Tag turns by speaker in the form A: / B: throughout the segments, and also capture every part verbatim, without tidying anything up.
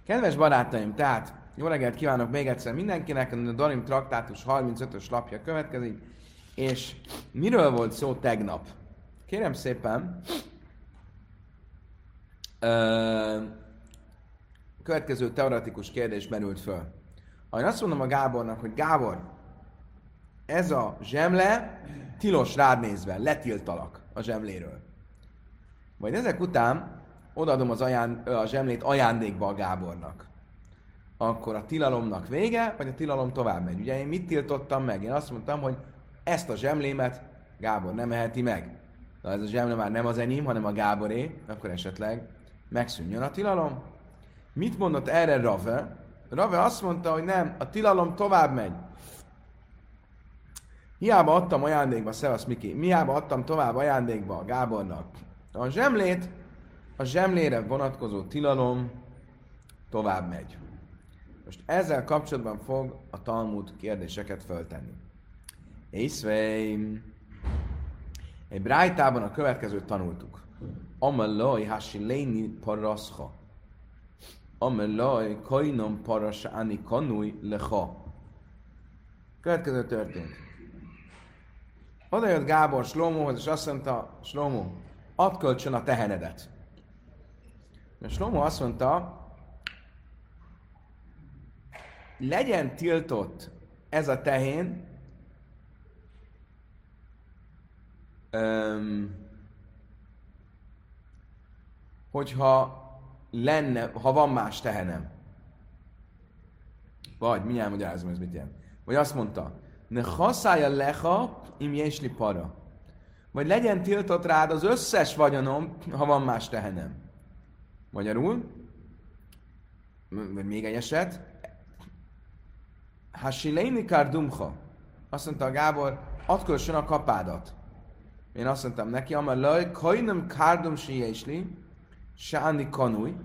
A: Kedves barátaim, tehát jó reggelt kívánok még egyszer mindenkinek, a Darim traktátus harmincötös lapja következik, és miről volt szó tegnap? Kérem szépen, ö, következő teoretikus kérdés merült föl. Ha én azt mondom a Gábornak, hogy Gábor, ez a zsemle tilos rád nézve, letiltalak a zsemléről. Majd ezek után odaadom az aján, a zsemlét ajándékba a Gábornak. Akkor a tilalomnak vége, vagy a tilalom tovább megy. Ugye én mit tiltottam meg? Én azt mondtam, hogy ezt a zsemlémet Gábor nem eheti meg. De ez a zsemle már nem az enyém, hanem a Gáboré, akkor esetleg megszűnjön a tilalom. Mit mondott erre Rave? Rave azt mondta, hogy nem, a tilalom tovább megy. Hiába adtam ajándékba, szevasz Miki, hiába adtam tovább ajándékba a Gábornak a zsemlét, a zsemlére vonatkozó tilalom tovább megy. Most ezzel kapcsolatban fog a Talmud kérdéseket föltenni. Észveim! Egy brájtában a következőt tanultuk. Ameloj hasiléni parascha. Ameloj kainom parasani kanui lecha. Következő történt. Oda jött Gábor Slomóhoz, és azt mondta, Slomó, add kölcsön a tehenedet. És Slomó azt mondta, legyen tiltott ez a tehén, öm, hogyha lenne, ha van más tehenem. Vagy, mindjárt magyarázom, ez mit jelent. Vagy azt mondta, ne haszája leha im jesli para. Vagy legyen tiltott rád az összes vagyonom, ha van más tehenem. Magyarul, vagy még egy eset, hasileini kardumcha. Azt mondta a Gábor, add kölcsön a kapádat. Én azt mondtam neki, amelaj, kajnum kárdum si jesli, sáni kanúj.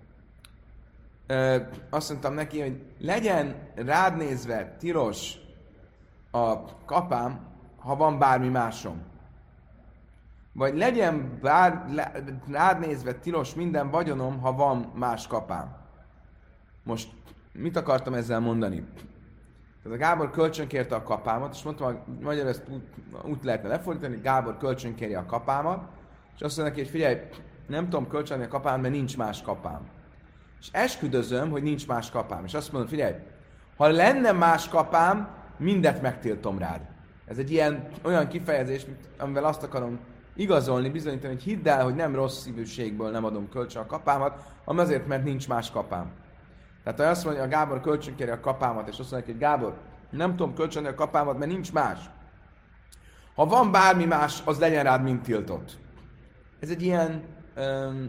A: Azt mondtam neki, hogy legyen rád nézve tilos a kapám, ha van bármi másom. Vagy legyen bár, le, rád nézve tilos minden vagyonom, ha van más kapám. Most mit akartam ezzel mondani? Tehát a Gábor kölcsönkérte a kapámat, és mondtam, hogy magyarul ezt úgy, úgy lehetne lefordítani, Gábor kölcsönkéri a kapámat, és azt mondja neki, hogy figyelj, nem tudom kölcsönni a kapámat, mert nincs más kapám. És esküdözöm, hogy nincs más kapám. És azt mondom, figyelj, ha lenne más kapám, mindet megtiltom rád. Ez egy ilyen olyan kifejezés, amivel azt akarom igazolni, bizonyítani, hogy hidd el, hogy nem rossz szívűségből nem adom kölcsön a kapámat, hanem azért, mert nincs más kapám. Tehát ha azt mondja, hogy a Gábor kölcsönkéri a kapámat, és azt mondja, hogy Gábor, nem tudom kölcsönni a kapámat, mert nincs más. Ha van bármi más, az legyen rád mind tiltott. Ez egy ilyen um,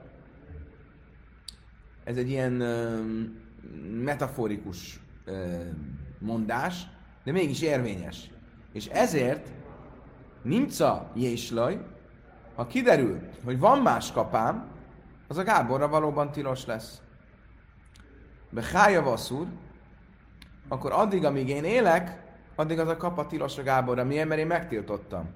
A: ez egy ilyen um, metaforikus um, mondás, de mégis érvényes. És ezért nimca jéslaj, ha kiderül, hogy van más kapám, az a Gáborra valóban tilos lesz. Behája vasszúr, akkor addig, amíg én élek, addig az a kapa tilos a Gáborra. Miért? Mert én megtiltottam.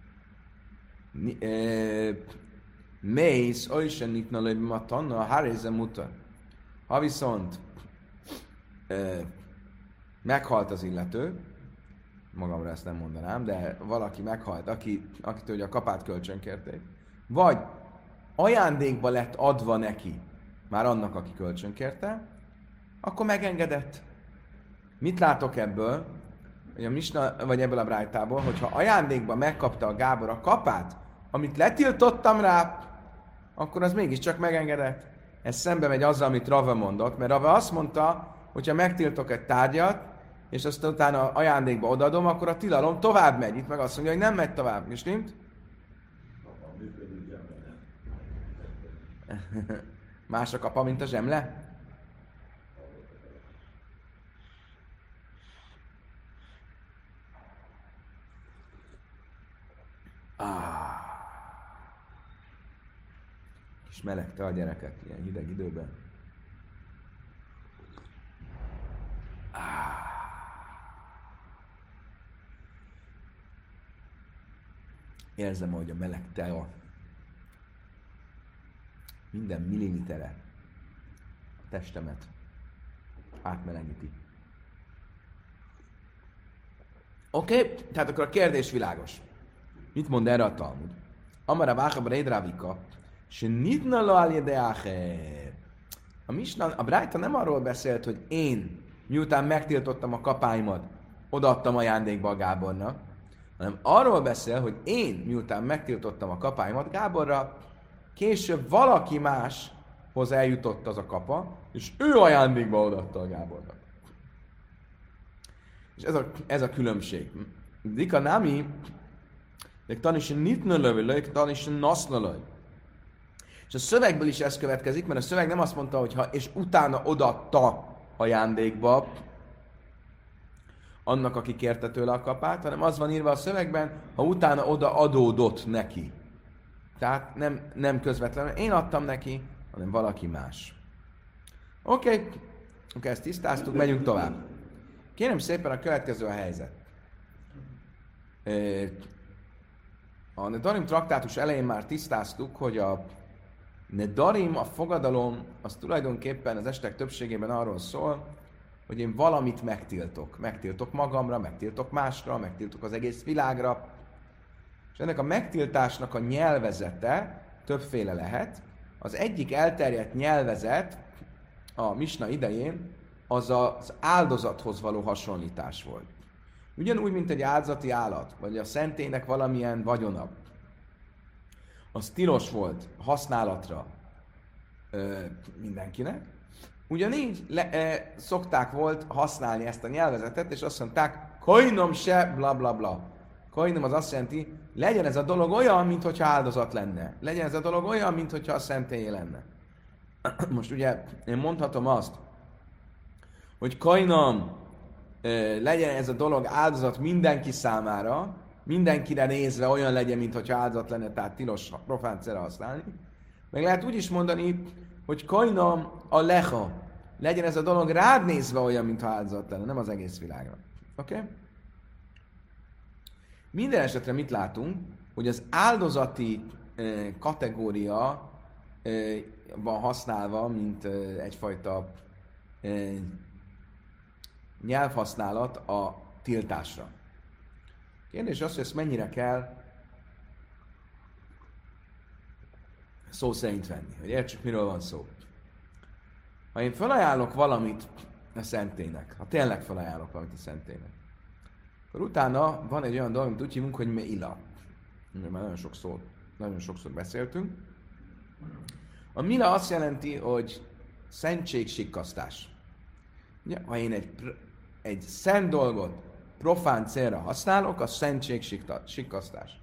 A: Mész, olysen nitna lőbb tanna, a háréze muta. Ha viszont ö, meghalt az illető, magamra ezt nem mondanám, de valaki meghalt, aki, akitől a kapát kölcsönkérték, vagy ajándékba lett adva neki, már annak, aki kölcsönkérte, akkor megengedett. Mit látok ebből, hogy a Misna, vagy ebből a brájtából, hogyha ajándékba megkapta a Gábor a kapát, amit letiltottam rá, akkor az mégiscsak megengedett. Ez szembe megy azzal, amit Rave mondott, mert Rave azt mondta, hogyha megtiltok egy tárgyat, és azt utána ajándékba odaadom, akkor a tilalom tovább megy. Itt meg azt mondja, hogy nem megy tovább. És mint? Más a kapa, mint a zsemle? Ah. Kis meleg te a gyerekek ilyen hideg időben. Ah. Érzem, hogy a meleg tea minden millilitere testemet átmelegíti. Oké, okay, tehát akkor a kérdés világos. Mit mond erre a Talmud? Amara váchabra rédrávika, se nitna lo alje de áher. A Misna, a Brájta nem arról beszélt, hogy én, miután megtiltottam a kapáimat, odaadtam ajándékba a Gábornak, hanem arról beszél, hogy én, miután megtiltottam a kapáimat Gáborra, később valaki máshoz eljutott az a kapa, és ő ajándékba odaadta a Gábornak. És ez a, ez a különbség. Dika nami, de tanítsn nitnölövő, tanítsn nasznölöv. És a szövegből is ez következik, mert a szöveg nem azt mondta, hogy ha és utána odaadta ajándékba annak, aki kérte tőle a kapát, hanem az van írva a szövegben, ha utána oda adódott neki. Tehát nem, nem közvetlenül én adtam neki, hanem valaki más. Oké, okay. okay, ezt tisztáztuk, megyünk tovább. Kérem szépen, a következő a helyzet. A Nedarim traktátus elején már tisztáztuk, hogy a Nedarim, a fogadalom, az tulajdonképpen az estek többségében arról szól, hogy én valamit megtiltok. Megtiltok magamra, megtiltok másra, megtiltok az egész világra. És ennek a megtiltásnak a nyelvezete többféle lehet. Az egyik elterjedt nyelvezet a Misna idején az az áldozathoz való hasonlítás volt. Ugyanúgy, mint egy áldozati állat, vagy a szentélynek valamilyen vagyona. Az tilos volt használatra ö, mindenkinek. Ugyanígy le, e, szokták volt használni ezt a nyelvezetet, és azt mondták, kainom se, bla bla bla. Kainom az azt jelenti, legyen ez a dolog olyan, mintha áldozat lenne. Legyen ez a dolog olyan, mintha a szentélyé lenne. Most ugye én mondhatom azt, hogy kainom e, legyen ez a dolog áldozat mindenki számára, mindenkire nézve olyan legyen, mintha áldozat lenne, tehát tilos profáncére használni. Meg lehet úgy is mondani, hogy kainom a lecha. Legyen ez a dolog rád nézve olyan, mintha áldozat lenne, nem az egész világra. Oké? Okay? Minden esetre mit látunk? Hogy az áldozati eh, kategória eh, van használva, mint eh, egyfajta eh, nyelvhasználat a tiltásra. Kérdés az, hogy ezt mennyire kell szó szerint venni, hogy értsük, miről van szó. Ha én felajánlok valamit a szentélynek, ha tényleg felajánlok valamit a szentélynek, akkor utána van egy olyan dolog, amit úgy hívunk, hogy meila. Már nagyon sokszor, nagyon sokszor beszéltünk. A mila azt jelenti, hogy szentségsikkasztás. Ugye, ha én egy, egy szent dolgot profán célra használok, az szentségsikkasztás.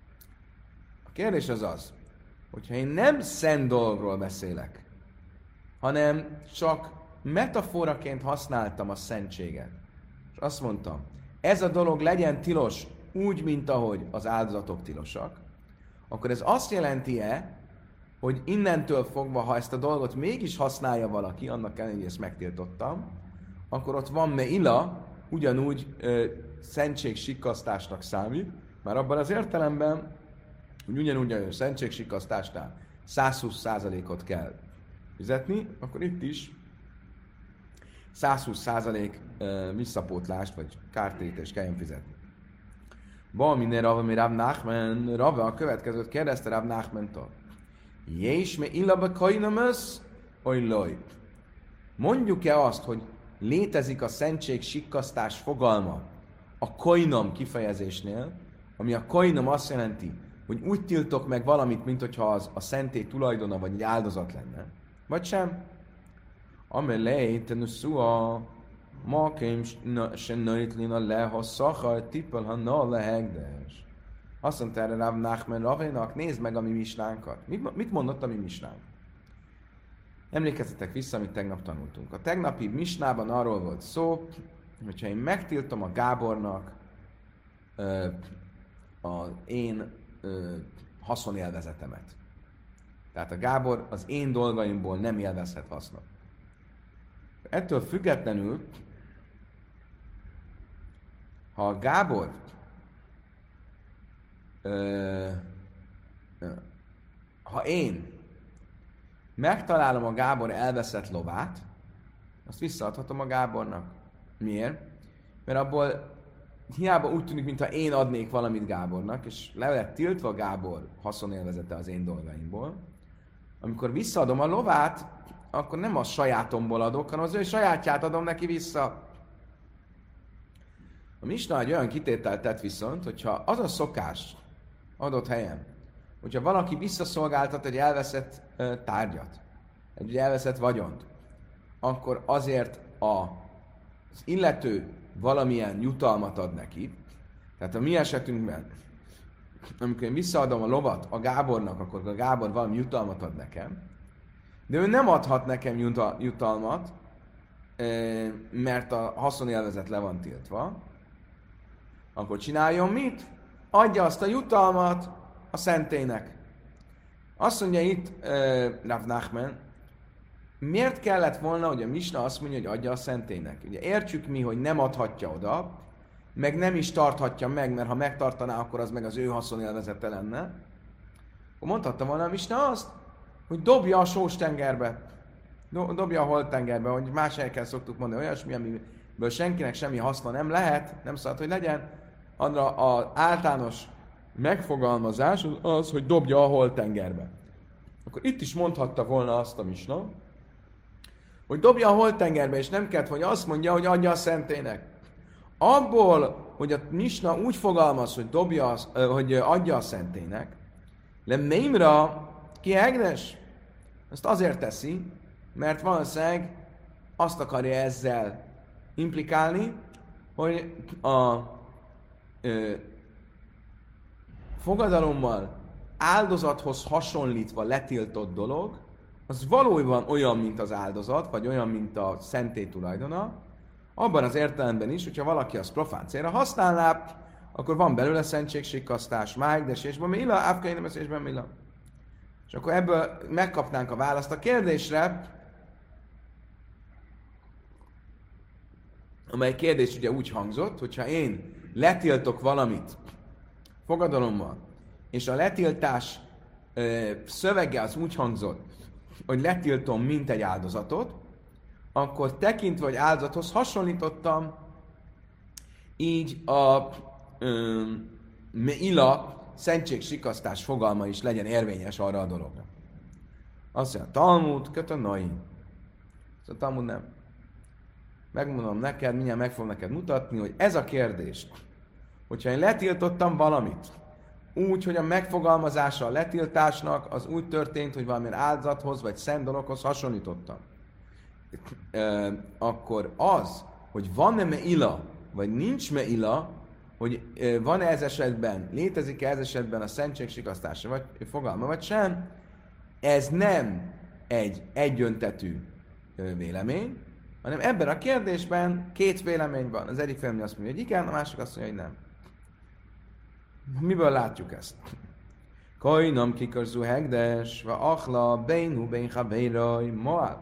A: A kérdés az az, hogyha én nem szent dolgról beszélek, hanem csak metaforaként használtam a szentséget, és azt mondtam, ez a dolog legyen tilos úgy, mint ahogy az áldozatok tilosak, akkor ez azt jelenti-e, hogy innentől fogva, ha ezt a dolgot mégis használja valaki, annak ellenére, hogy ezt megtiltottam, akkor ott van meila, ugyanúgy ö, szentségsikkasztásnak számít, már abban az értelemben, hogy ugyanúgy a szentségsikkasztásnál száz húsz százalékot kell fizetni, akkor itt is száz húsz százalék visszapótlást, vagy kártérítést kelljen fizetni. Balminé Rava, mi Rav Nachman, Rava a következőt kérdezte Rav Nachmantól. Jés me illabe kainamös, oly loj. Mondjuk-e azt, hogy létezik a szentség sikkasztás fogalma a koinam kifejezésnél, ami a koinam azt jelenti, hogy úgy tiltok meg valamit, mint hogyha az a szentély tulajdona vagy egy áldozat lenne. Vagy sem. Amelé, tenuszua, makeim se nöjtlina le, ha szachar, tippel, ha na lehegdes. Azt mondta erre Rav Nachman Ravénak, nézd meg a mi misnánkat. Mit, mit mondott a mi misnánk? Emlékezzetek vissza, amit tegnap tanultunk. A tegnapi misnában arról volt szó, hogyha én megtiltom a Gábornak ö, az én ö, haszonélvezetemet. Tehát a Gábor az én dolgaimból nem élvezhet hasznot. Ettől függetlenül, ha a Gábor ö, ö, ha én megtalálom a Gábor elveszett lovát, azt visszaadhatom a Gábornak. Miért? Mert abból hiába úgy tűnik, mintha én adnék valamit Gábornak, és le lett tiltva Gábor haszonélvezete az én dolgaimból. Amikor visszaadom a lovát, akkor nem a sajátomból adok, hanem az ő sajátját adom neki vissza. A Misna egy olyan kitételt tett viszont, hogyha az a szokás adott helyen, hogyha valaki visszaszolgáltat egy elveszett ö, tárgyat, egy elveszett vagyont, akkor azért a, az illető valamilyen jutalmat ad neki. Tehát a mi esetünkben, amikor én visszaadom a lovat a Gábornak, akkor a Gábor valami jutalmat ad nekem, de ő nem adhat nekem jutalmat, mert a haszonélvezet le van tiltva, akkor csináljon mit? Adja azt a jutalmat a szentélynek. Azt mondja itt Rav Nachman, miért kellett volna, hogy a Misna azt mondja, hogy adja a szentélynek? Ugye értsük mi, hogy nem adhatja oda, meg nem is tarthatja meg, mert ha megtartaná, akkor az meg az ő haszonélvezete lenne. Akkor mondhatta volna a Misna azt, hogy dobja a sós tengerbe. Do- dobja a holtengerbe, hogy más helyeken szoktuk mondani olyasmi, amiből senkinek semmi haszna nem lehet, nem szabad, hogy legyen. Andra az általános megfogalmazás az, az, hogy dobja a holtengerbe. Akkor itt is mondhatta volna azt a Misna, hogy dobja a holtengerbe, és nem kellett, hogy azt mondja, hogy adja a szentélynek. Abból, hogy a Misna úgy fogalmaz, hogy, dobja, hogy adja a szentélynek, le mémra ki Egnes, ezt azért teszi, mert valószínűleg azt akarja ezzel implikálni, hogy a ö, fogadalommal áldozathoz hasonlítva letiltott dolog, az valójában olyan, mint az áldozat, vagy olyan, mint a szentély tulajdona, abban az értelemben is, hogyha valaki azt profán célra használná, akkor van belőle szentségsikkasztás, májgdes és bamila, ávkainemes és bamila. És akkor ebből megkapnánk a választ a kérdésre, amely kérdés ugye úgy hangzott, hogyha én letiltok valamit fogadalommal, és a letiltás ö, szövege az úgy hangzott, hogy letiltom mint egy áldozatot, akkor tekintve, hogy áldozathoz hasonlítottam, így a ö, ila szentségsikasztás fogalma is legyen érvényes arra a dologra. Azt mondja, Talmud, kötön nain. Szóval Talmud nem. Megmondom neked, mindjárt meg fogom neked mutatni, hogy ez a kérdés, hogyha én letiltottam valamit, úgy, hogy a megfogalmazása a letiltásnak az úgy történt, hogy valamilyen áldozathoz vagy szent dologhoz hasonlítottam. E, akkor az, hogy van-e meila, vagy nincs meila, hogy e, van-e ez esetben, létezik-e ez esetben a szentségsikasztása, vagy fogalma, vagy sem, ez nem egy egyöntetű vélemény, hanem ebben a kérdésben két vélemény van. Az egyik vélemény azt mondja, hogy igen, a másik azt mondja, hogy nem. Miből látjuk ezt? Kajnam kikarzú hegdes, va achla, beinu, bein havéraj, moál.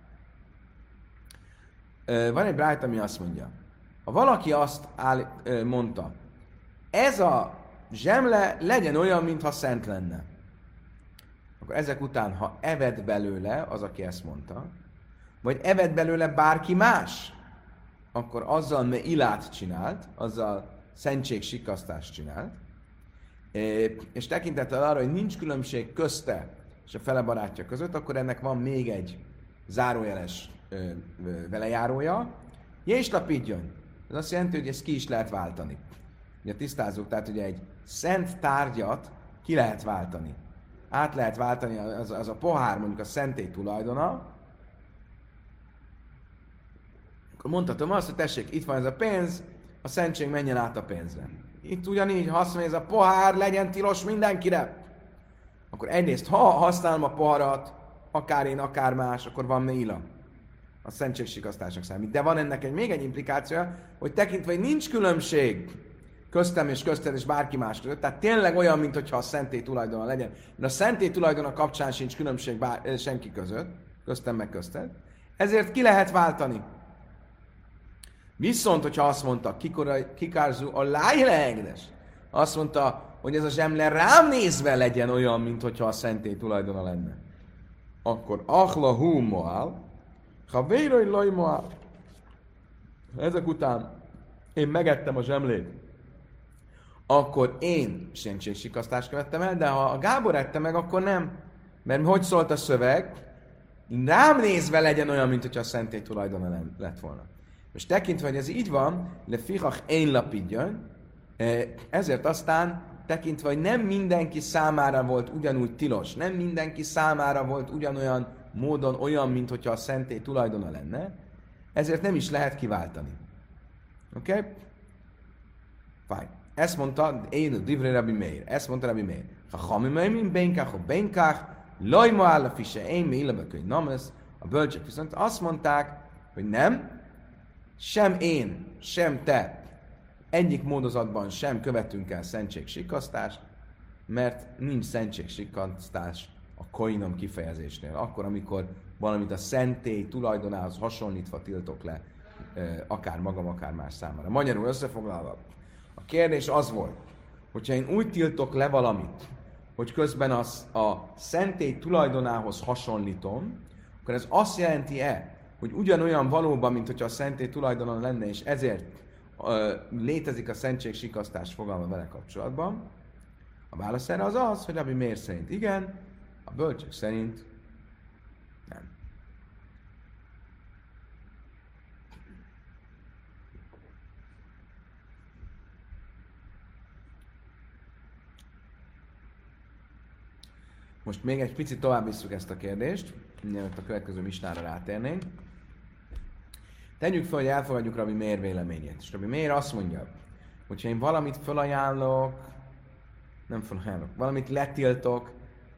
A: Van egy brájt, ami azt mondja, ha valaki azt áll, mondta, ez a zsemle legyen olyan, mintha szent lenne, akkor ezek után, ha eved belőle az, aki ezt mondta, vagy eved belőle bárki más, akkor azzal me ilát csinált, azzal szentségsikasztást csinált, és tekintettel arra, hogy nincs különbség közte és a fele barátja között, akkor ennek van még egy zárójeles velejárója, és lapidjon. Ez azt jelenti, hogy ezt ki is lehet váltani. Ugye tisztázzuk, tehát ugye egy szent tárgyat ki lehet váltani. Át lehet váltani, az, az a pohár, mondjuk a szentély tulajdona, akkor mondhatom azt, hogy tessék, itt van ez a pénz, a szentség menjen át a pénzre. Itt ugyanígy, ha azt mondja, ez a pohár legyen tilos mindenkire, akkor egyrészt, ha használom a poharat, akár én, akár más, akkor van meila. A szentségsikasztásnak számít. De van ennek egy, még egy implikációja, hogy tekintve, hogy nincs különbség köztem és közted és bárki más között, tehát tényleg olyan, mintha a szentély tulajdona legyen. Mert a szentély tulajdona kapcsán sincs különbség bár, senki között, köztem meg közted. Ezért ki lehet váltani. Viszont, hogyha azt mondta, kikárzu a lájleegdes, azt mondta, hogy ez a zsemle rám nézve legyen olyan, mintha a szentély tulajdona lenne. akkor achla hu moál, ha véroj laj moál. Ezek után én megettem a zsemlét, akkor én szentségsikasztást követtem el, de ha a Gábor ette meg, akkor nem. Mert hogy szólt a szöveg? Rám nézve legyen olyan, mint hogyha a szentély tulajdona lett volna. És tekintve, hogy ez így van, le fichach én lapidjon, ezért aztán tekintve, hogy nem mindenki számára volt ugyanúgy tilos, nem mindenki számára volt ugyanolyan módon olyan, mint hogyha a szentély tulajdona lenne, ezért nem is lehet kiváltani. Oké? Okay? Fine. Ezt mondta, én a divrei Rabbi Meir. Ezt mondta Rabbi Meir. Ha chamimaim bénkach, a bénkach, laj ma áll a fise, én mi illebekőny namesz. A bölcsek viszont azt mondták, hogy nem, sem én, sem te egyik módozatban sem követünk el szentségsikasztást, mert nincs szentségsikasztás a koinom kifejezésnél. Akkor, amikor valamit a szentély tulajdonához hasonlítva tiltok le, akár magam, akár más számára. Magyarul összefoglalva, a kérdés az volt, hogyha én úgy tiltok le valamit, hogy közben az a szentély tulajdonához hasonlítom, akkor ez azt jelenti-e, hogy ugyanolyan valóban, mint hogyha a szentély tulajdona lenne, és ezért ö, létezik a szentségsikasztás fogalma vele kapcsolatban? A válasz erre az az, hogy Rabbi Meir szerint igen, a bölcsek szerint nem. Most még egy picit tovább visszük ezt a kérdést, mielőtt a következő misnára rátérnénk. Tegyük fel, hogy elfogadjuk Rabbi Meir véleményét. És Rabbi Meir azt mondja, hogyha én valamit felajánlok, nem felajánlok, valamit letiltok,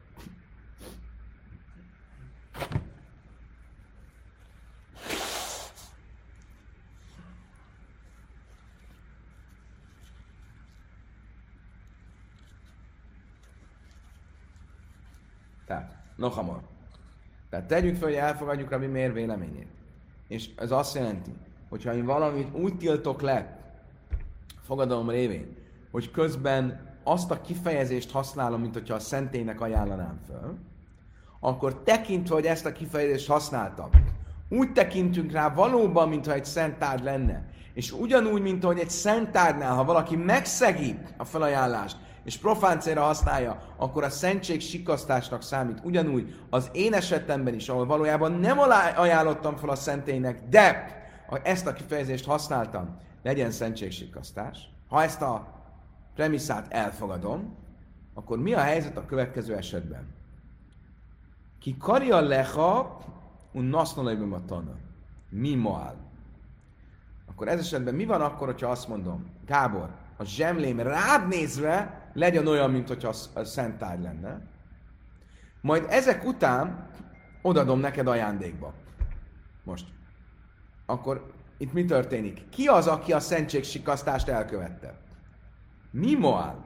A: Tehát, nohamor. Tehát tegyük fel, hogy elfogadjuk Rabbi Meir véleményét. És ez azt jelenti, hogyha én valamit úgy tiltok le, fogadalom révén, hogy közben azt a kifejezést használom, mint hogyha a szentélynek ajánlanám föl, akkor tekintve, hogy ezt a kifejezést használtam, úgy tekintünk rá valóban, mintha egy szent tárgy lenne. És ugyanúgy, mint ahogy egy szent tárgynál, ha valaki megszegi a felajánlást, és profán célra használja, akkor a szentség sikasztásnak számít. Ugyanúgy az én esetemben is, ahol valójában nem ajánlottam fel a szentélynek, de ha ezt a kifejezést használtam, legyen szentség sikasztás. Ha ezt a premisszát elfogadom, akkor mi a helyzet a következő esetben? Ki karja leha, un nasznolajbem a tana. Mi moál? Akkor ez esetben mi van akkor, hogyha azt mondom, Gábor, a zsemlém rád nézve legyen olyan, mint hogyha a szent tárgy lenne. Majd ezek után odadom neked ajándékba. Most. Akkor itt mi történik? Ki az, aki a szentségsikasztást elkövette? Mi moál?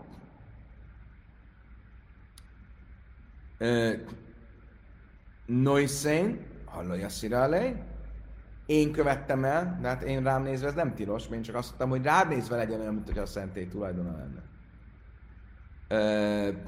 A: Noiszén, hallja szirálej, én követtem el, de hát én rám nézve ez nem tilos, én csak azt mondtam, hogy rád nézve legyen olyan, mint hogy a szentély tulajdona lenne. Uh,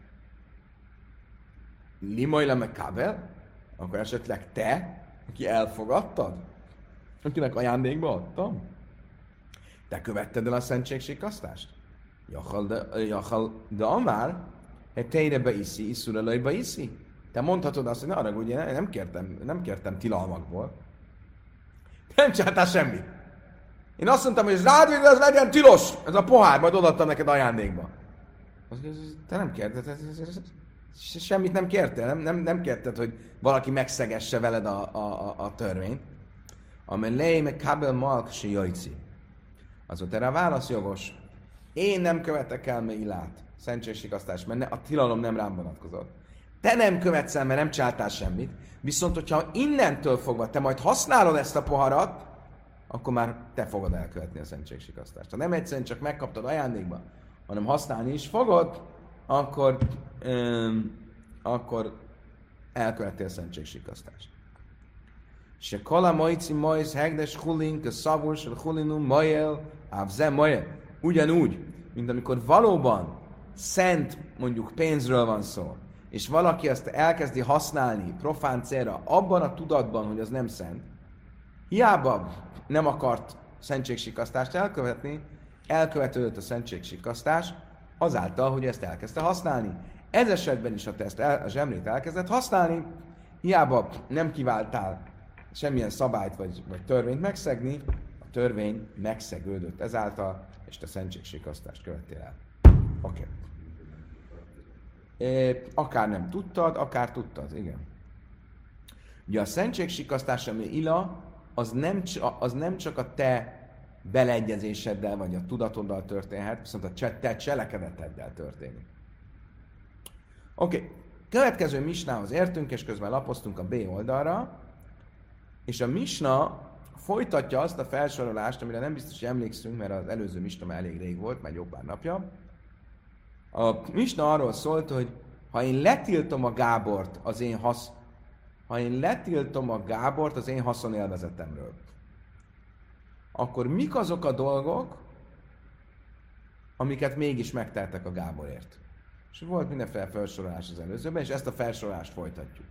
A: Limojla meg kável, akkor esetleg te, aki elfogadtad, akinek ajándékba adtam, te követted el a szentségsikasztást? Jachal de, jachal de amár, hogy teire beiszi, iszurelaj beiszi. Te mondhatod azt, hogy ne arra, ugye nem kértem, nem kértem tilalmakból. Nem csináltál semmit. Én azt mondtam, hogy ez rád, hogy ez legyen tilos, ez a pohár, majd odaadtam neked ajándékba. Te nem kérted, semmit nem kértél, nem, nem, nem kérted, hogy valaki megszegesse veled a, a, a, a törvényt. Amelé meg kábel malk se jajci. Azóta erre a válasz jogos. Én nem követek el Meilát, szentségsikasztást, mert ne, a tilalom nem rám vonatkozott. Te nem követsz el, mert nem csináltál semmit, viszont hogyha innentől fogva te majd használod ezt a poharat, akkor már te fogod elkövetni a szentségsikasztást. Ha nem egyszerűen csak megkaptad ajándékba, hanem használni is fogod, akkor, öm, akkor elkövettél a szentségsikasztást. Se kala majci majsz hegdes hulin, ke szavul, se hulinu majel, ávze majel. Ugyanúgy, mint amikor valóban szent, mondjuk pénzről van szó, és valaki ezt elkezdi használni profán célra, abban a tudatban, hogy az nem szent, hiába nem akart szentségsikasztást elkövetni, elkövetődött a szentségsikasztás azáltal, hogy ezt elkezdte használni. Ez esetben is, ha te ezt el, a zsemlét elkezdett használni, hiába nem kiváltál semmilyen szabályt vagy, vagy törvényt megszegni, a törvény megszegődött ezáltal, és te szentségsikasztást követtél el. Oké. Okay. Akár nem tudtad, akár tudtad, igen. Ugye a szentségsikasztás, ami ila, az nem, az nem csak a te beleegyezéseddel vagy a tudatoddal történhet, viszont a te cselekedeteddel történik. Oké, okay. Következő misnához értünk, és közben lapoztunk a B oldalra, és a misna folytatja azt a felsorolást, amire nem biztos, hogy emlékszünk, mert az előző misna már elég rég volt, már jó pár napja. A misna arról szólt, hogy ha én letiltom a Gábort az én hasz... ha én letiltom a Gábort az én haszonélvezetemről, akkor mik azok a dolgok, amiket mégis megteltek a Gáborért? És volt mindenféle felsorolás az előzőben, és ezt a felsorolást folytatjuk.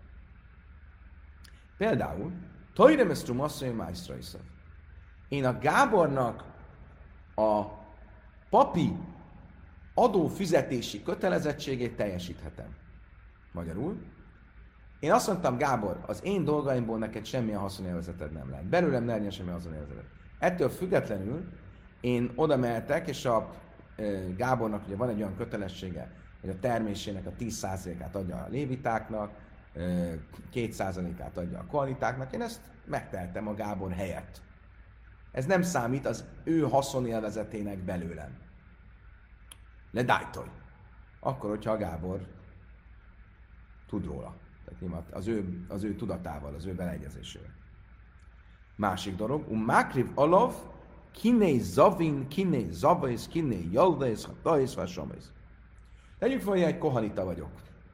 A: Például, Tojrem esztrum asszony májszraiszat. Én a Gábornak a papi adófizetési kötelezettségét teljesíthetem. Magyarul, én azt mondtam, Gábor, az én dolgaimból neked semmilyen haszonélvezeted nem lehet. Belőlem ne legyen semmilyen haszonélvezeted. Ettől függetlenül én oda mehetek, és a e, Gábornak ugye van egy olyan kötelessége, hogy a termésének a tíz százalékát adja a lévitáknak, e, két százalékát adja a koanitáknak. Én ezt megtehetem a Gábor helyett. Ez nem számít az ő haszonélvezetének belőlem. Ledájtoj. Akkor, hogyha a Gábor tud róla. Tehát az ő, az ő tudatával, az ő beleegyezésével. Másik dolog, um makriv alav, kiné zavin, kiné zavaisz, kiné jalvaisz, hataisz, vásamaisz. Tegyük fel, hogy egy kohanita vagyok.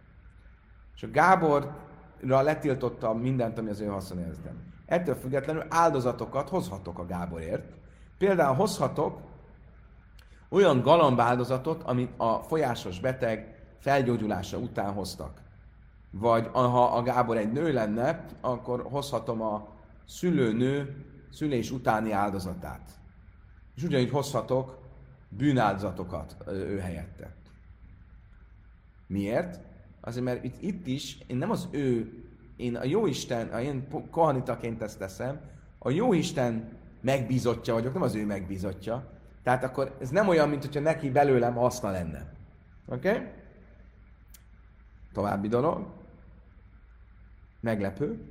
A: És a Gáborra letiltottam mindent, ami az ő haszonélvezetem. Ettől függetlenül áldozatokat hozhatok a Gáborért. Például hozhatok olyan galambáldozatot, amit a folyásos beteg felgyógyulása után hoztak. Vagy ha a Gábor egy nő lenne, akkor hozhatom a szülőnő szülés utáni áldozatát. És ugyanígy hozhatok bűnáldozatokat ő helyette. Miért? Azért, mert itt, itt is én nem az ő, én a Jóisten, én kohanitaként ezt teszem, a Jóisten megbízottja vagyok, nem az ő megbízottja. Tehát akkor ez nem olyan, mint hogyha neki belőlem haszna lenne. Oké? Okay? További dolog. Meglepő.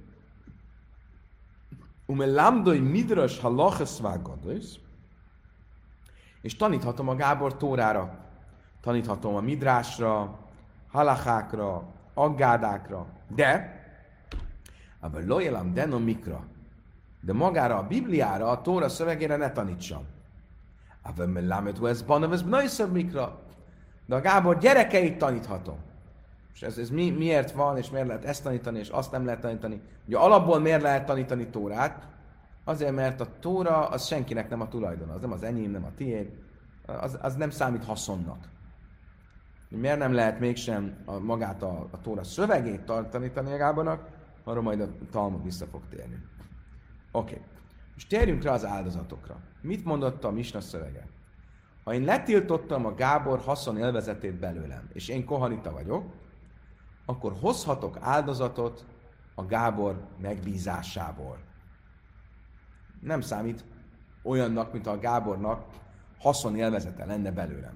A: Umelamdoi midras halachas vágadis. És taníthatom a Gábor Tórára. Taníthatom a midrásra, halachákra, aggádákra. De, aber lojelam denomikra. De magára a Bibliára, a Tóra szövegére ne tanítsam. Aber melamed ez banav bnaisav mikra. De a Gábor gyerekeit taníthatom. És ez, ez mi, miért van, és miért lehet ezt tanítani, és azt nem lehet tanítani. Ugye alapból miért lehet tanítani Tórát? Azért, mert a Tóra az senkinek nem a tulajdona. Az nem az enyém, nem a tiéd. Az, az nem számít haszonnak. Miért nem lehet mégsem a, magát a, a Tóra szövegét tanítani a Gábornak? Arra majd a Talmud vissza fog térni. Oké. Okay. És térjünk rá az áldozatokra. Mit mondott a misna szövege? Ha én letiltottam a Gábor haszon élvezetét belőlem, és én kohanita vagyok, akkor hozhatok áldozatot a Gábor megbízásából. Nem számít olyannak, mint a Gábornak haszon élvezete lenne belőlem.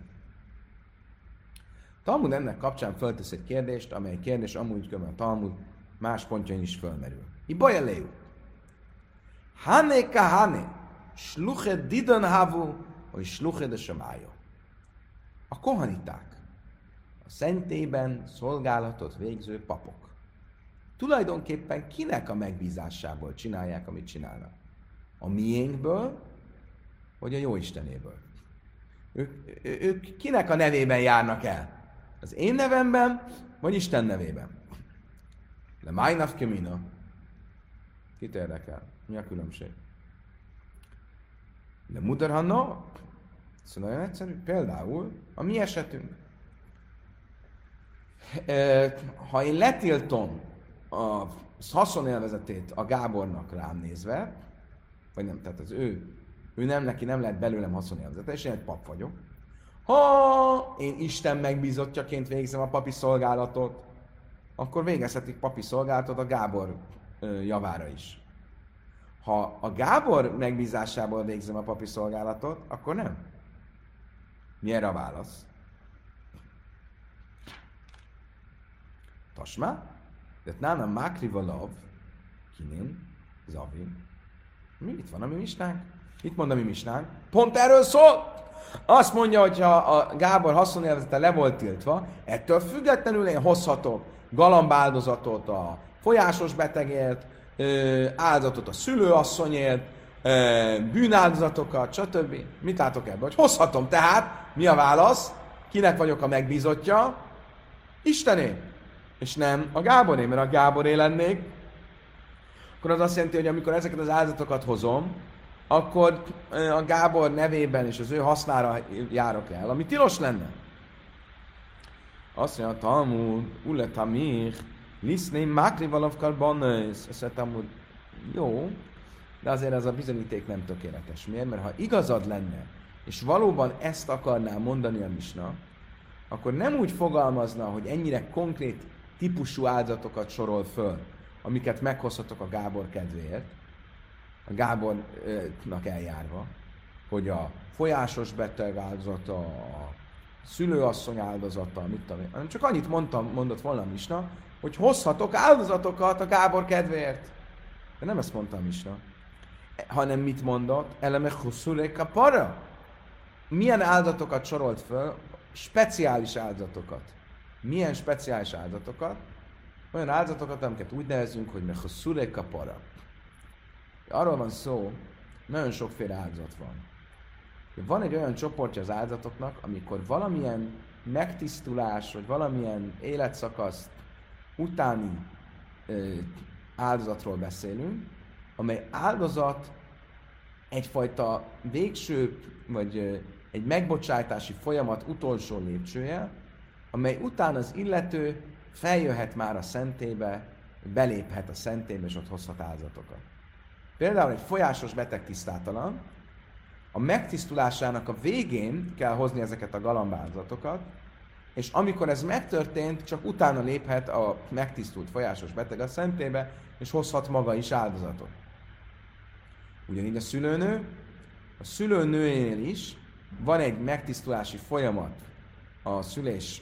A: Talmud ennek kapcsán föltesz egy kérdést, amely kérdés amúgy köve a Talmud más pontjain is fölmerül. Ibaja lejú. Hane kahane, sluche didan havu, vagy sluche de semája. A kohaniták, a szentében szolgálatot végző papok. Tulajdonképpen kinek a megbízásából csinálják, amit csinálnak? A miénkből, vagy a Jóistenéből? Ők, ők kinek a nevében járnak el? Az én nevemben, vagy Isten nevében? Le májnaf kemina. Kit érdekel? Mi a különbség? De muderhanna, ez nagyon egyszerű. Például a mi esetünk. Ha én letiltom a haszonélvezetét a Gábornak rám nézve, vagy nem, tehát az ő, ő nem, neki nem lehet belőlem haszonélvezete, és én egy pap vagyok. Ha én Isten megbízottjaként végzem a papi szolgálatot, akkor végezhetik papi szolgálatot a Gábor javára is. Ha a Gábor megbízásából végzem a papi szolgálatot, akkor nem. Mi erre a válasz? Tasma? De nálam mákrivalov, kinén, zavin. Mi itt van a mi misnánk? Itt mond a mi misnánk. Pont erről szól! Azt mondja, hogy ha a Gábor haszonélvezete le volt tiltva, ettől függetlenül én hozhatok galambáldozatot a folyásos betegért, áldozatot a szülőasszonyért, bűnáldozatokat, stb. Mit látok ebből? Hogy hozhatom. Tehát mi a válasz? Kinek vagyok a megbízottja? Istené. És nem a Gáboré, mert a Gáboré lennék. Akkor az azt jelenti, hogy amikor ezeket az áldozatokat hozom, akkor a Gábor nevében és az ő hasznára járok el, ami tilos lenne. Azt mondja, Talmud, Ule Tamir, Liszném, Mákri Valavkar Banősz. Azt mondja, Talmud, jó, de azért ez a bizonyíték nem tökéletes. Miért? Mert ha igazad lenne, és valóban ezt akarná mondani a misna, akkor nem úgy fogalmazna, hogy ennyire konkrét típusú áldozatokat sorol föl, amiket meghozhatok a Gábor kedvéért, a Gábornak eljárva, hogy a folyásos beteg áldozata, a szülőasszony áldozata, mit tudom én, hanem csak annyit mondtam, mondott volna a misna, hogy hozhatok áldozatokat a Gábor kedvéért. De nem ezt mondta a misna. Hanem mit mondott? Eleme huszuleka para. Milyen áldozatokat sorolt föl? Speciális áldozatokat. Milyen speciális áldozatokat? Olyan áldozatokat, amiket úgy nevezünk, hogy mehuszuleka para. Arról van szó, nagyon sokféle áldozat van. Van egy olyan csoportja az áldozatoknak, amikor valamilyen megtisztulás, vagy valamilyen életszakasz utáni ö, áldozatról beszélünk, amely áldozat egyfajta végső, vagy ö, egy megbocsájtási folyamat utolsó lépcsője, amely után az illető feljöhet már a szentélybe, beléphet a szentélybe, és ott hozhat áldozatokat. Például egy folyásos beteg tisztátalan, a megtisztulásának a végén kell hozni ezeket a galambáldozatokat, és amikor ez megtörtént, csak utána léphet a megtisztult folyásos beteg a szentélybe, és hozhat maga is áldozatot. Ugyanígy a szülőnő, a szülőnőnél is van egy megtisztulási folyamat a szülés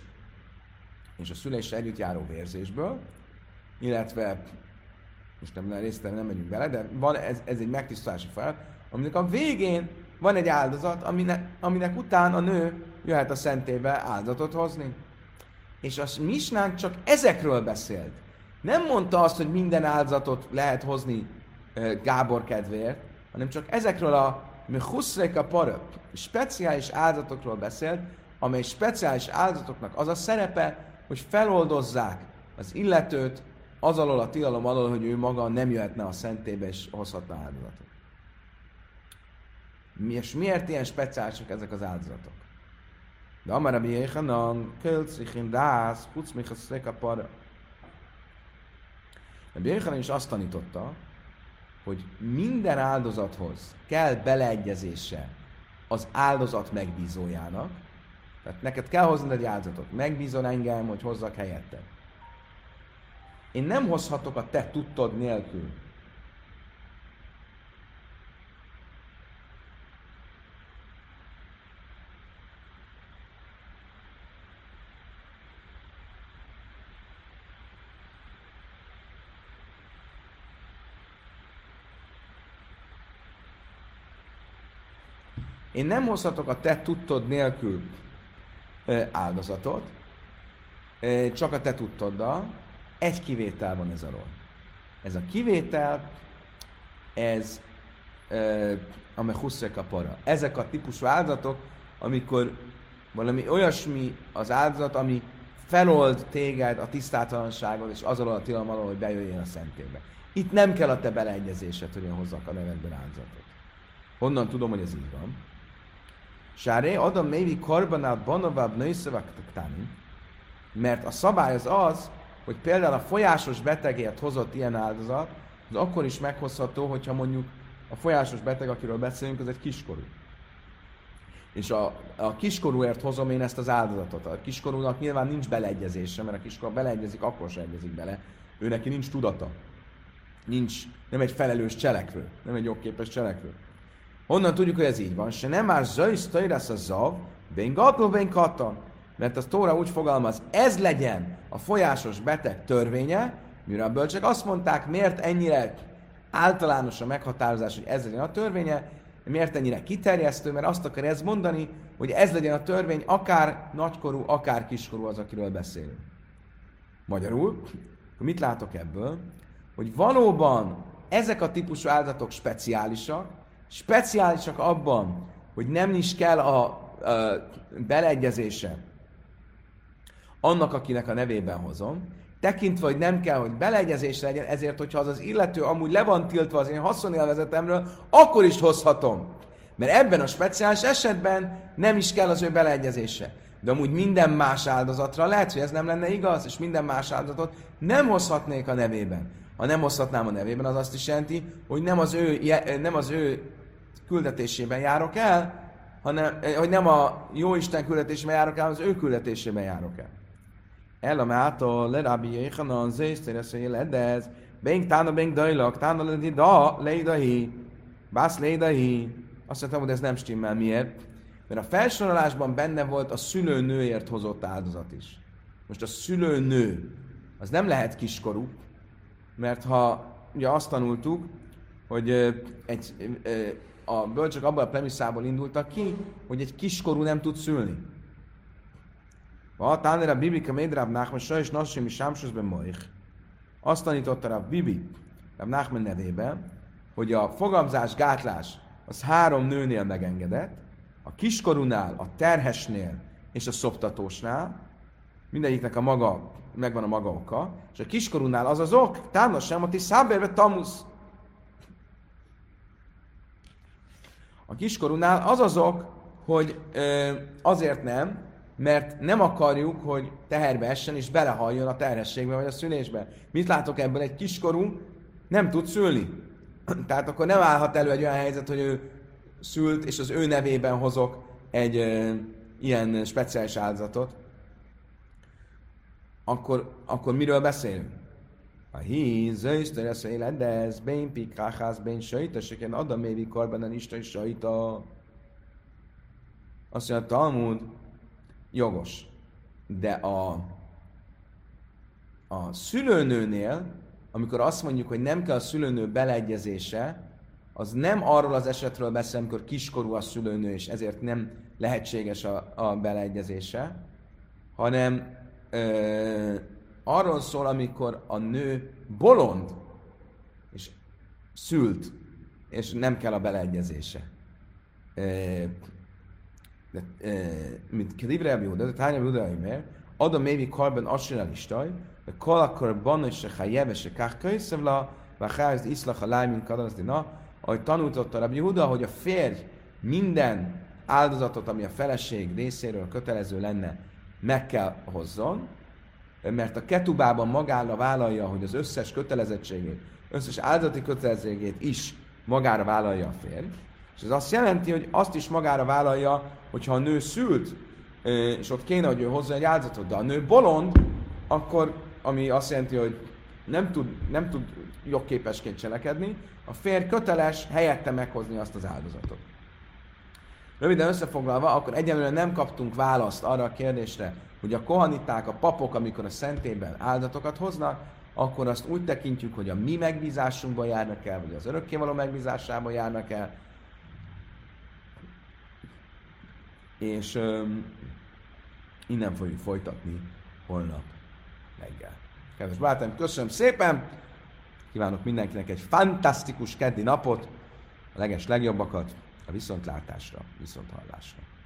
A: és a szülésre együtt járó vérzésből, illetve, most nem részletesen nem megyünk bele, de van ez, ez egy megtisztulási folyamat, aminek a végén van egy áldozat, aminek, aminek után a nő jöhet a szentélybe áldozatot hozni. És a misnánk csak ezekről beszélt. Nem mondta azt, hogy minden áldozatot lehet hozni Gábor kedvéért, hanem csak ezekről a mehuszreka para, speciális áldozatokról beszélt, amely speciális áldozatoknak az a szerepe, hogy feloldozzák az illetőt az alól a tilalom alól, hogy ő maga nem jöhetne a szentélybe és hozhatna áldozatot. Mi, és miért ilyen speciálisak ezek az áldozatok? De amara biéhanan, kölcichin dász, pucmichaszreka para. A biéhanan is azt tanította, hogy minden áldozathoz kell beleegyezése az áldozat megbízójának. Tehát neked kell hoznod egy áldozatot. Megbízol engem, hogy hozzak helyetted. Én nem hozhatok a te tudtod nélkül. Én nem hozhatok a te tudtod nélkül áldozatot, csak a te tudtoddal. Egy kivétel van ez alól. Ez a kivétel, ez a mehuszreka para. Ezek a típusú áldozatok, amikor valami olyasmi az áldozat, ami felold téged a tisztátalanságon, és az alól a tilalom alól, hogy bejöjjön a szentélybe. Itt nem kell a te beleegyezésed, hogy én hozzak a nevedben áldozatot. Honnan tudom, hogy ez így van? Sáré, Adam mévi karbanál banavább nőszövektek táni. Mert a szabály az az, hogy például a folyásos betegért hozott ilyen áldozat, az akkor is meghozható, hogyha mondjuk a folyásos beteg, akiről beszélünk, az egy kiskorú. És a, a kiskorúért hozom én ezt az áldozatot. A kiskorúnak nyilván nincs beleegyezése, mert a kiskorú beleegyezik, akkor sem egyezik bele. Ő neki nincs tudata. Nincs, nem egy felelős cselekvő, nem egy jogképes cselekvő. Honnan tudjuk, hogy ez így van? Se nem már zöjsz tajrász a zav, bén gató, bén katan. Mert az Tóra úgy fogalmaz, ez legyen a folyásos beteg törvénye, mire a bölcsek azt mondták, miért ennyire általános a meghatározás, hogy ez legyen a törvénye, miért ennyire kiterjesztő, mert azt akar ez mondani, hogy ez legyen a törvény, akár nagykorú, akár kiskorú az, akiről beszélünk. Magyarul, mit látok ebből? Hogy valóban ezek a típusú áldozatok speciálisak, speciálisak abban, hogy nem is kell a, a beleegyezése annak, akinek a nevében hozom, tekintve, hogy nem kell, hogy beleegyezés legyen, ezért, hogyha az az illető amúgy le van tiltva az én haszonélvezetemről, akkor is hozhatom. Mert ebben a speciális esetben nem is kell az ő beleegyezése. De amúgy minden más áldozatra lehet, hogy ez nem lenne igaz, és minden más áldozatot nem hozhatnék a nevében. Ha nem hozhatnám a nevében, az azt is jelenti, hogy nem az ő, nem az ő küldetésében járok el, hanem, hogy nem a Jóisten küldetésében járok el, hanem az ő küldetésében járok el. Elamától le Rabbi Jéhanan zésztéresz, hogy ledez, bénk tána, bénk dajlak, tána ledi da, leidahi, bász leidahi. Azt mondtam, hogy ez nem stimmel. Miért? Mert a felsorolásban benne volt a szülőnőért hozott áldozat is. Most a szülőnő, az nem lehet kiskorú, mert ha ugye azt tanultuk, hogy egy, a bölcsök abban a premisszából indultak ki, hogy egy kiskorú nem tud szülni. Ha tánére a Bibika Médráb Nachman Sajs Nassim is Sámsosben Moich. Azt tanította a Bibi, a Nachman nevében, hogy a fogamzás gátlás az három nőnél megengedett, a kiskorúnál, a terhesnél és a szoptatósnál, mindegyiknek a maga, megvan a maga oka, és a kiskorúnál az az ok, támlas sem, hogy szábérve tamusz. A kiskorúnál az az ok, hogy ö, azért nem, mert nem akarjuk, hogy teherbe essen és belehalljon a terhességbe vagy a szülésbe. Mit látok ebből? Egy kiskorú nem tud szülni. Tehát akkor nem állhat elő egy olyan helyzet, hogy ő szült, és az ő nevében hozok egy ö, ilyen speciális áldozatot. Akkor, akkor miről beszélünk? A hí, zöjsztől lesz, hogy ledez, bén pikráhász, bén sajta, se kell adom évi korban a nistai sajta. Azt mondja, a Talmud, jogos. De a, a szülőnőnél, amikor azt mondjuk, hogy nem kell a szülőnő beleegyezése, az nem arról az esetről beszél, amikor kiskorú a szülőnő, és ezért nem lehetséges a, a beleegyezése, hanem ö, arról szól, amikor a nő bolond, és szült, és nem kell a beleegyezése. Ö, de, ö, mint Kedivre Rabbi Huda, de Tányi Rabbi Huda, mert adom évi karban asira listaj, de kol akkor ban és se hajjeve se káhköjszevla, vagy hájz iszlach a lájmin kadanazdina, ahogy tanultotta Rabbi Huda, hogy a férj minden áldozatot, ami a feleség részéről kötelező lenne, meg kell hozzon, mert a ketubában magára vállalja, hogy az összes kötelezettségét, összes áldozati kötelezettségét is magára vállalja a férj. És ez azt jelenti, hogy azt is magára vállalja, hogyha a nő szült, és ott kéne, hogy ő hozzon egy áldozatot, de a nő bolond, akkor, ami azt jelenti, hogy nem tud, nem tud jogképesként cselekedni, a férj köteles helyette meghozni azt az áldozatot. Röviden összefoglalva, akkor egyelőre nem kaptunk választ arra a kérdésre, hogy a kohaniták, a papok, amikor a szentében áldatokat hoznak, akkor azt úgy tekintjük, hogy a mi megbízásunkban járnak el, vagy az örökkévaló megbízásában járnak el. És um, innen fogjuk folytatni holnap reggel. Kedves barátaim, köszönöm szépen! Kívánok mindenkinek egy fantasztikus keddi napot, a leges legjobbakat, a viszontlátásra, viszonthallásra.